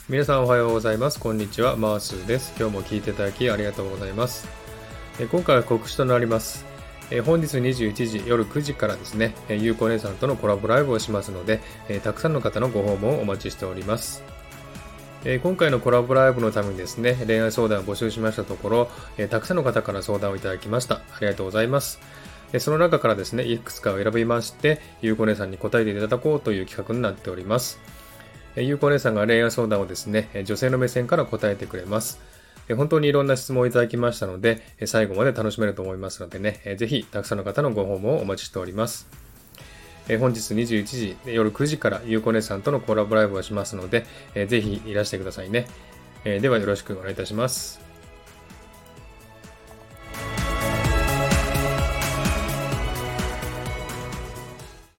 皆さんおはようございます。こんにちは。マースです。今日も聞いていただきありがとうございます。今回は告知となります。本日21時夜9時からですね、ゆうこ姉さんとのコラボライブをしますので、たくさんの方のご訪問をお待ちしております。今回のコラボライブのためにですね、恋愛相談を募集しましたところ、たくさんの方から相談をいただきました。ありがとうございます。その中からですね、いくつかを選びまして、ゆうこ姉さんに答えていただこうという企画になっております。ゆうこ姉さんが恋愛相談をですね、女性の目線から答えてくれます。本当にいろんな質問をいただきましたので、最後まで楽しめると思いますのでね、ぜひたくさんの方のご訪問をお待ちしております。本日21時夜9時からゆうこ姉さんとのコラボライブをしますので、ぜひいらしてくださいね。ではよろしくお願いいたします。